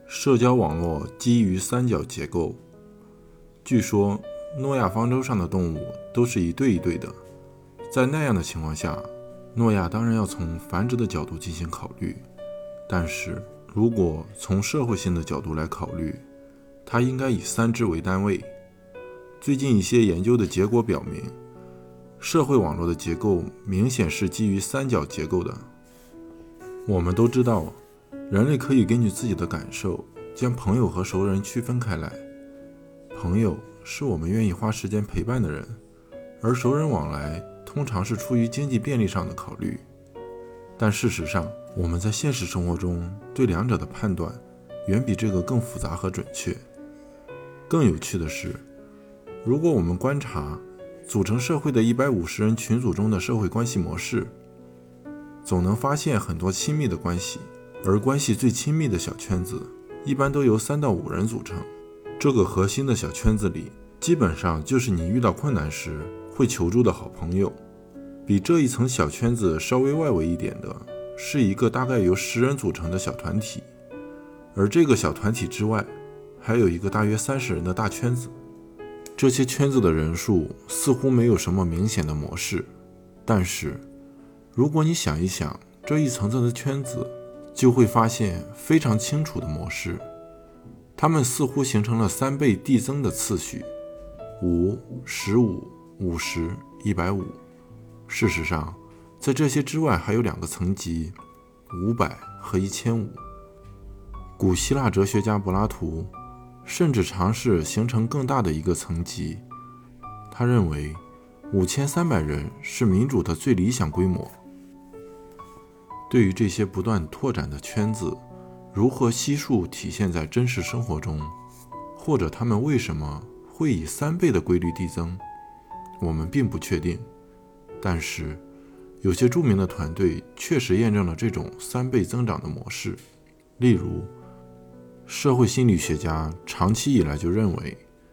社交网络基于三角结构。据说诺亚方舟上的动物都是一对一对的，在那样的情况下，诺亚当然要从繁殖的角度进行考虑，但是如果从社会性的角度来考虑，它应该以3只为单位。最近一些研究的结果表明，社会网络的结构明显是基于三角结构的。我们都知道，人类可以根据自己的感受将朋友和熟人区分开来。朋友是我们愿意花时间陪伴的人，而熟人往来通常是出于经济便利上的考虑。但事实上，我们在现实生活中对两者的判断远比这个更复杂和准确。更有趣的是，如果我们观察组成社会的150人群组中的社会关系模式，总能发现很多亲密的关系，而关系最亲密的小圈子一般都由3到5人组成。这个核心的小圈子里，基本上就是你遇到困难时会求助的好朋友。比这一层小圈子稍微外围一点的是一个大概由10人组成的小团体，而这个小团体之外还有一个大约30人的大圈子。这些圈子的人数似乎没有什么明显的模式，但是如果你想一想这一层层的圈子，就会发现非常清楚的模式。它们似乎形成了3倍递增的次序，5、15、50、150。事实上，在这些之外还有2个层级，500和1500。古希腊哲学家柏拉图甚至尝试形成更大的一个层级，他认为5300人是民主的最理想规模。对于这些不断拓展的圈子，如何悉数体现在真实生活中，或者他们为什么会以3倍的规律递增，我们并不确定。但是有些著名的团队确实验证了这种3倍增长的模式。例如，社会心理学家长期以来就认为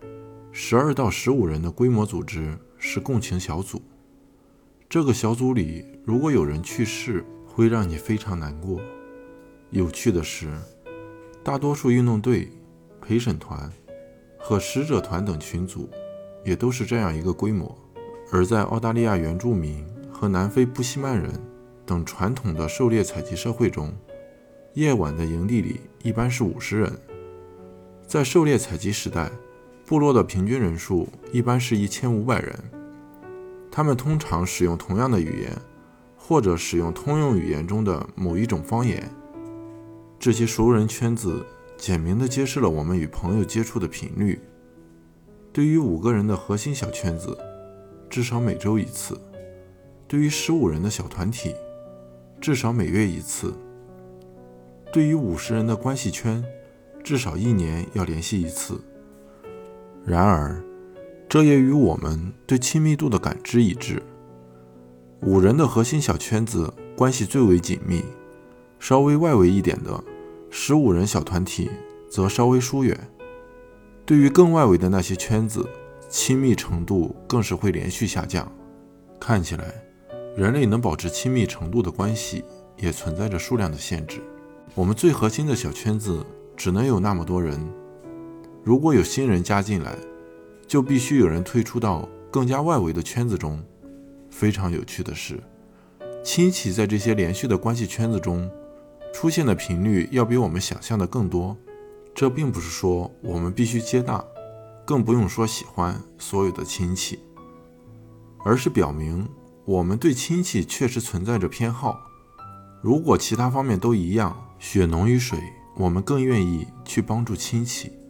12到15人的规模组织是共情小组。这个小组里如果有人去世，会让你非常难过。有趣的是，大多数运动队、陪审团和使者团等群组也都是这样一个规模。而在澳大利亚原住民和南非布希曼人等传统的狩猎采集社会中，夜晚的营地里一般是50人。在狩猎采集时代，部落的平均人数一般是1500人。他们通常使用同样的语言，或者使用通用语言中的某一种方言。这些熟人圈子简明地揭示了我们与朋友接触的频率。对于5个人的核心小圈子，至少每周1次；对于15人的小团体，至少每月1次；对于50人的关系圈，至少1年要联系1次。然而，这也与我们对亲密度的感知一致。5人的核心小圈子关系最为紧密，稍微外围一点的15人小团体则稍微疏远。对于更外围的那些圈子，亲密程度更是会连续下降。看起来，人类能保持亲密程度的关系也存在着数量的限制。我们最核心的小圈子只能有那么多人，如果有新人加进来，就必须有人退出到更加外围的圈子中。非常有趣的是，亲戚在这些连续的关系圈子中出现的频率要比我们想象的更多。这并不是说我们必须接纳，更不用说喜欢所有的亲戚，而是表明我们对亲戚确实存在着偏好。如果其他方面都一样，血浓于水，我们更愿意去帮助亲戚。